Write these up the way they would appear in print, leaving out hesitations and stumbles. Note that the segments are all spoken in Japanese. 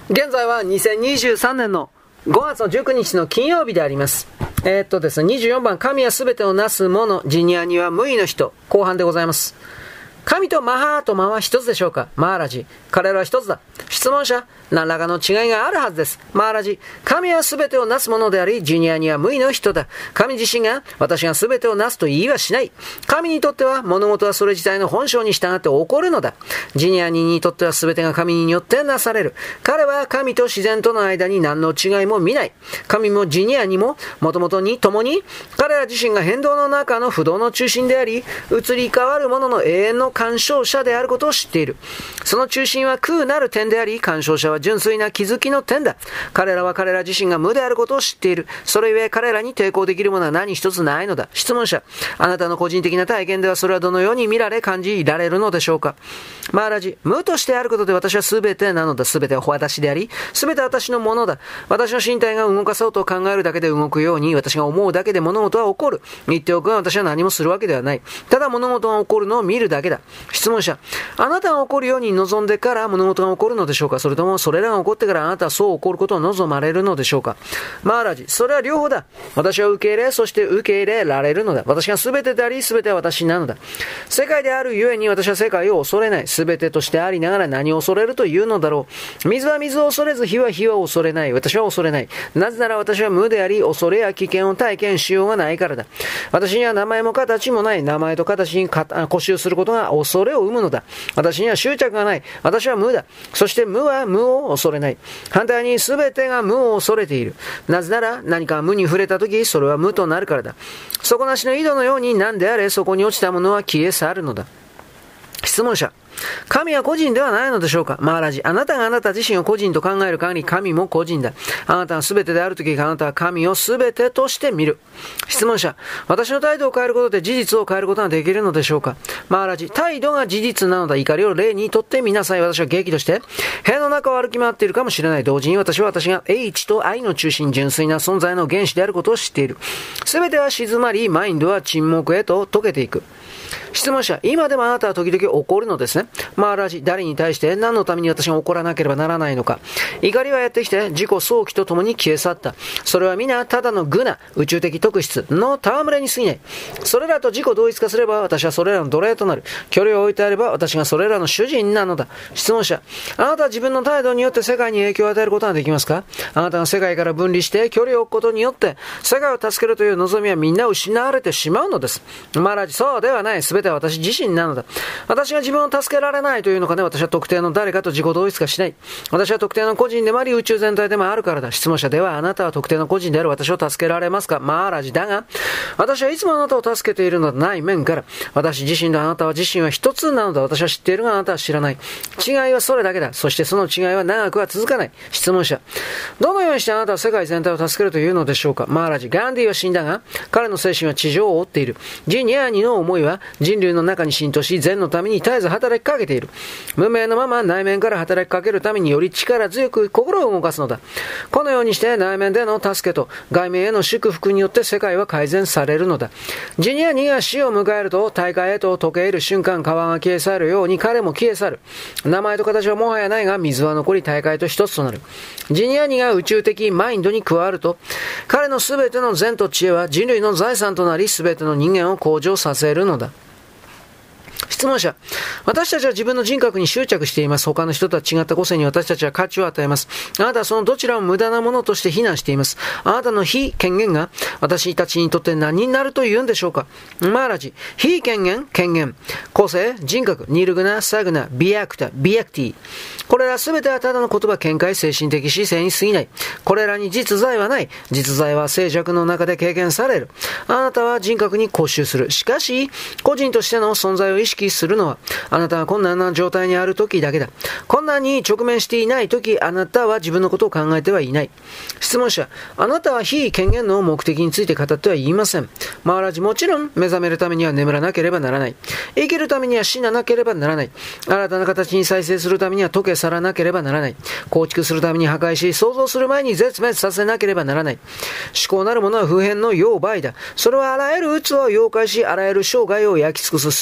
現在は2023年の5月の19日の金曜日であります。ですね、24番、神はすべてをなす者、ジニアには無為の人、後半でございます。神とマハートマは一つでしょうか？マーラジ。彼らは一つだ。質問者、何らかの違いがあるはずです。マーラジ。神は全てをなすものであり、ジュニアには無為の人だ。神自身が私が全てをなすと言いはしない。神にとっては物事はそれ自体の本性に従って起こるのだ。ジュニアにとっては全てが神によってなされる。彼は神と自然との間に何の違いも見ない。神もジュニアにも元々に共に彼ら自身が変動の中の不動の中心であり、移り変わるものの永遠の干渉者であることを知っている。その中心は空なる点であり、干渉者は純粋な気づきの点だ。彼らは彼ら自身が無であることを知っている。それゆえ彼らに抵抗できるものは何一つないのだ。質問者、あなたの個人的な体験ではそれはどのように見られ感じられるのでしょうか？マーラジ、無としてあることで私は全てなのだ。全ては私であり、全ては私のものだ。私の身体が動かそうと考えるだけで動くように、私が思うだけで物事は起こる。言っておくが私は何もするわけではない。ただ物事が起こるのを見るだけだ。質問者、あなたが起こるように望んでから物事が起こるのでしょうか？それともそれらが起こってからあなたはそう起こることを望まれるのでしょうか？マーラジ、それは両方だ。私は受け入れ、そして受け入れられるのだ。私が全てであり、全ては私なのだ。世界であるゆえに私は世界を恐れない。全てとしてありながら何を恐れるというのだろう。水は水を恐れず、火は火を恐れない。私は恐れない。なぜなら私は無であり、恐れや危険を体験しようがないからだ。私には名前も形もない。名前と形に固執することが恐れを生むのだ。私には執着がない。私は無だ。そして無は無を恐れない。反対に全てが無を恐れている。なぜなら何か無に触れたとき、それは無となるからだ。底なしの井戸のように何であれ、そこに落ちたものは消え去るのだ。質問者、神は個人ではないのでしょうか？マーラジ、あなたがあなた自身を個人と考える限り神も個人だ。あなたが全てであるとき、あなたは神を全てとして見る。質問者、私の態度を変えることで事実を変えることができるのでしょうか？マーラジ、態度が事実なのだ。怒りを例にとってみなさい。私は激怒して部屋の中を歩き回っているかもしれない。同時に私が H と I の中心、純粋な存在の原子であることを知っている。全ては静まり、マインドは沈黙へと溶けていく。質問者、今でもあなたは時々怒るのですね。マーラジ、誰に対して何のために私が怒らなければならないのか。怒りはやってきて自己想起とともに消え去った。それは皆ただの愚な宇宙的特質の戯れに過ぎない。それらと自己同一化すれば私はそれらの奴隷となる。距離を置いてあれば私がそれらの主人なのだ。質問者、あなたは自分の態度によって世界に影響を与えることができますか？あなたが世界から分離して距離を置くことによって世界を助けるという望みはみんな失われてしまうのです。マーラジ、そうではない。全ては私自身なのだ。私が自分を助けられないというのかね。私は特定の誰かと自己同一化しない。私は特定の個人でもあり宇宙全体でもあるからだ。質問者、ではあなたは特定の個人である私を助けられますか？マーラジ、だが私はいつもあなたを助けているのではない面から私自身とあなたは自身は一つなのだ。私は知っているがあなたは知らない。違いはそれだけだ。そしてその違いは長くは続かない。質問者、どのようにしてあなたは世界全体を助けるというのでしょうか？マーラジ、ガンディは死んだが彼の精神は地上を追っている。ジニアーニの思いは人類の中に浸透し善のために絶えず働きかけている。無名のまま内面から働きかけるためにより力強く心を動かすのだ。このようにして内面での助けと外面への祝福によって世界は改善されるのだ。ジニアニが死を迎えると大海へと溶け入る瞬間、川が消え去るように彼も消え去る。名前と形はもはやないが水は残り大海と一つとなる。ジニアニが宇宙的マインドに加わると彼のすべての善と知恵は人類の財産となりすべての人間を向上させるのだ。質問者、私たちは自分の人格に執着しています。他の人とは違った個性に私たちは価値を与えます。あなたはそのどちらも無駄なものとして非難しています。あなたの非権限が私たちにとって何になるというんでしょうか？マーラジ、非権限、権限、個性、人格、ニルグナ、サグナ、ビアクタ、ビアクティ。これらすべてはただの言葉、見解、精神的姿勢に過ぎない。これらに実在はない。実在は静寂の中で経験される。あなたは人格に固執する。しかし、個人としての存在を意識するのはあなたが困難な状態にある時だけだ。困難に直面していない時、あなたは自分のことを考えてはいない。質問者、あなたは非権限の目的について語っては言いません。マーラジ、もちろん目覚めるためには眠らなければならない。生きるためには死ななければならない。新たな形に再生するためには溶け去らなければならない。構築するために破壊し、創造する前に絶滅させなければならない。思考なるものは普遍の溶媒だ。それはあらゆる器を溶解し、あらゆる生涯を焼き尽くす全てを絶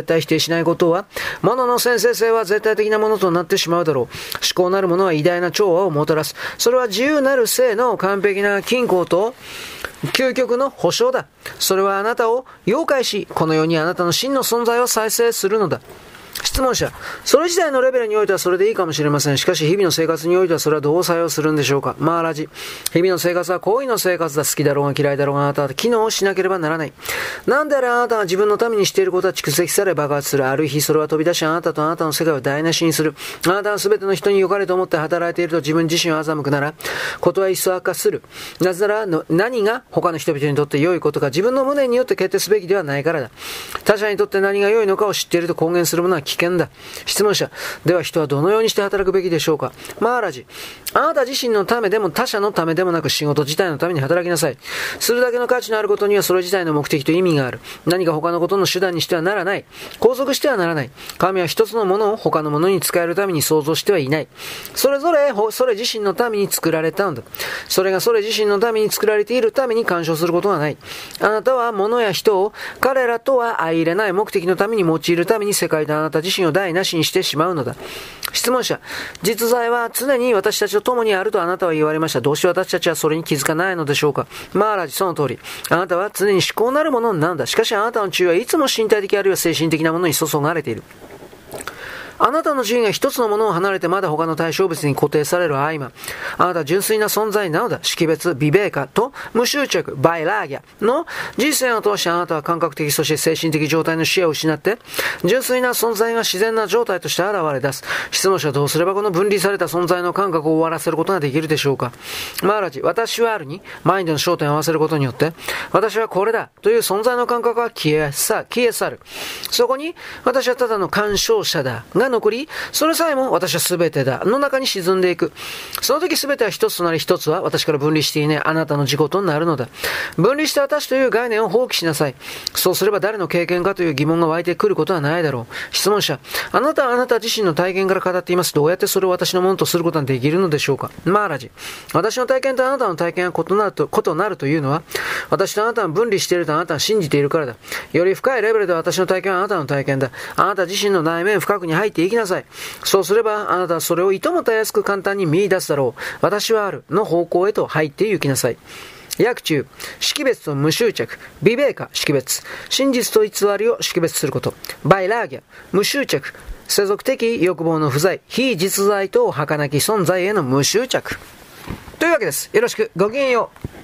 絶対否定しないことは、物の先制性は絶対的なものとなってしまうだろう。思考なるものは偉大な調和をもたらす。それは自由なる性の完璧な均衡と、究極の保証だ。それはあなたを溶解し、この世にあなたの真の存在を再生するのだ。質問者、それ自体のレベルにおいてはそれでいいかもしれません。しかし日々の生活においてはそれはどう作用するんでしょうか。マーラジ、日々の生活は行為の生活だ。好きだろうが嫌いだろうがあなたは機能をしなければならない。なんであれあなたが自分のためにしていることは蓄積され爆発する。ある日それは飛び出しあなたとあなたの世界を台無しにする。あなたは全ての人に良かれと思って働いていると自分自身を欺くなら、ことは一層悪化する。なぜなら何が他の人々にとって良いことか自分の無念によって決定すべきではないからだ。他者にとって何が良いのかを知っていると公言するものは危険だ。質問者、では人はどのようにして働くべきでしょうか。マーラジ、あなた自身のためでも他者のためでもなく仕事自体のために働きなさい。するだけの価値のあることにはそれ自体の目的と意味がある。何か他のことの手段にしてはならない。拘束してはならない。神は一つのものを他のものに使えるために創造してはいない。それぞれそれ自身のために作られたのだ。それがそれ自身のために作られているために干渉することはない。あなたは物や人を彼らとは相入れない目的のために用いるために世界であなた自身を台無しにしてしまうのだ。質問者、実在は常に私たちと共にあるとあなたは言われました。どうして私たちはそれに気づかないのでしょうか。マーラジ、その通り。あなたは常に思考なるものなんだ。しかしあなたの注意はいつも身体的あるいは精神的なものに注がれている。あなたの順位が一つのものを離れてまだ他の対象物に固定される合間。あなたは純粋な存在なのだ。識別、ビベーカと無執着、バイラーギャの実践を通してあなたは感覚的そして精神的状態の視野を失って、純粋な存在が自然な状態として現れ出す。質問者はどうすればこの分離された存在の感覚を終わらせることができるでしょうか。マーラジ、私はあるにマインドの焦点を合わせることによって、私はこれだという存在の感覚が消え去る。そこに私はただの干渉者だが残り、それさえも私は全てだの中に沈んでいく。その時全ては一つとなり、一つは私から分離していないあなたの自己となるのだ。分離した私という概念を放棄しなさい。そうすれば誰の経験かという疑問が湧いてくることはないだろう。質問者、あなたはあなた自身の体験から語っています。どうやってそれを私のものとすることができるのでしょうか。マーラジ、私の体験とあなたの体験が異なるというのは、私とあなたは分離しているとあなたは信じているからだ。より深いレベルで私の体験はあなたの体験だ。あなた自身の内面深くに入っていきなさい。そうすればあなたはそれをいともたやすく簡単に見出すだろう。私はあるの方向へと入って行きなさい。訳中、識別と無執着、ビベーカ、識別、真実と偽りを識別すること、バイラーギャ、無執着、世俗的欲望の不在、非実在と儚き存在への無執着というわけです。よろしく、ごきげんよう。